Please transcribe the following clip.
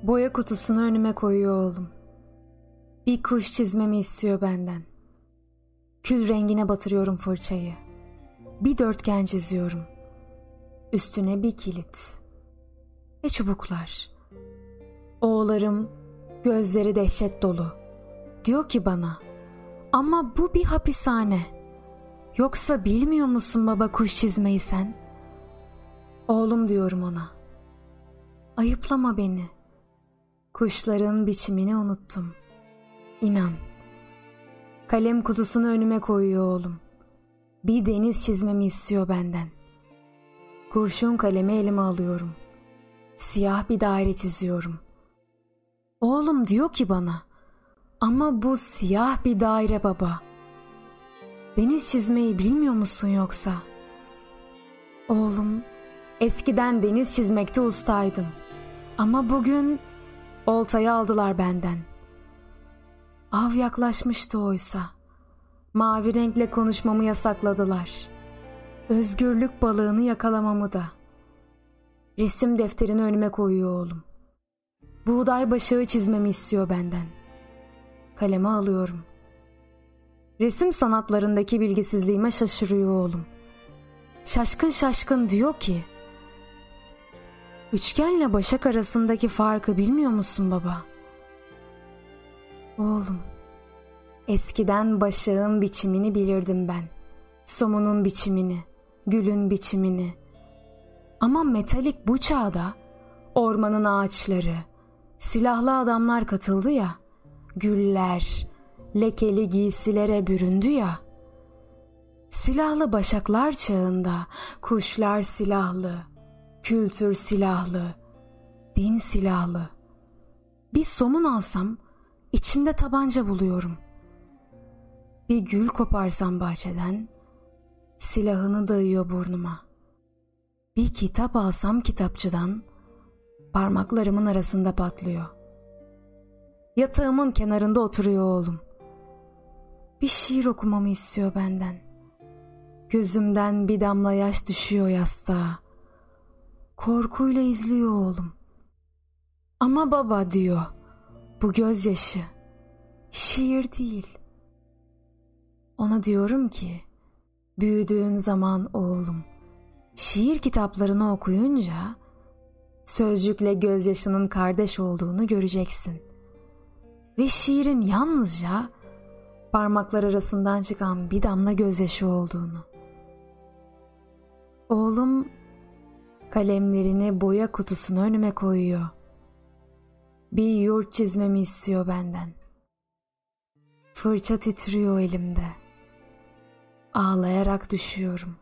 Boya kutusunu önüme koyuyor oğlum. Bir kuş çizmemi istiyor benden. Kül rengine batırıyorum fırçayı. Bir dörtgen çiziyorum. Üstüne bir kilit. Ve çubuklar. Oğlarım gözleri dehşet dolu. Diyor ki bana, ama bu bir hapishane. Yoksa bilmiyor musun baba kuş çizmeyi sen? Oğlum diyorum ona. Ayıplama beni. Kuşların biçimini unuttum. İnan. Kalem kutusunu önüme koyuyor oğlum. Bir deniz çizmemi istiyor benden. Kurşun kalemi elime alıyorum. Siyah bir daire çiziyorum. Oğlum diyor ki bana, ama bu siyah bir daire baba. Deniz çizmeyi bilmiyor musun yoksa? Oğlum, eskiden deniz çizmekte ustaydım. Ama bugün oltayı aldılar benden. Av yaklaşmıştı oysa. Mavi renkle konuşmamı yasakladılar. Özgürlük balığını yakalamamı da. Resim defterini önüme koyuyor oğlum. Buğday başağı çizmemi istiyor benden. Kaleme alıyorum. Resim sanatlarındaki bilgisizliğime şaşırıyor oğlum. Şaşkın şaşkın diyor ki, üçgenle başak arasındaki farkı bilmiyor musun baba? Oğlum, eskiden başağın biçimini bilirdim ben. Somunun biçimini, gülün biçimini. Ama metalik bu çağda ormanın ağaçları, silahlı adamlar katıldı ya, güller, lekeli giysilere büründü ya. Silahlı başaklar çağında kuşlar silahlı, kültür silahlı, din silahlı. Bir somun alsam içinde tabanca buluyorum. Bir gül koparsam bahçeden silahını dayıyor burnuma. Bir kitap alsam kitapçıdan parmaklarımın arasında patlıyor. Yatağımın kenarında oturuyor oğlum. Bir şiir okumamı istiyor benden. Gözümden bir damla yaş düşüyor yastığa. Korkuyla izliyor oğlum. Ama baba diyor, bu gözyaşı şiir değil. Ona diyorum ki, büyüdüğün zaman oğlum, şiir kitaplarını okuyunca sözcükle gözyaşının kardeş olduğunu göreceksin. Ve şiirin yalnızca parmaklar arasından çıkan bir damla gözyaşı olduğunu. Oğlum kalemlerini boya kutusuna önüme koyuyor. Bir yurt çizmemi istiyor benden. Fırça titriyor elimde. Ağlayarak düşüyorum.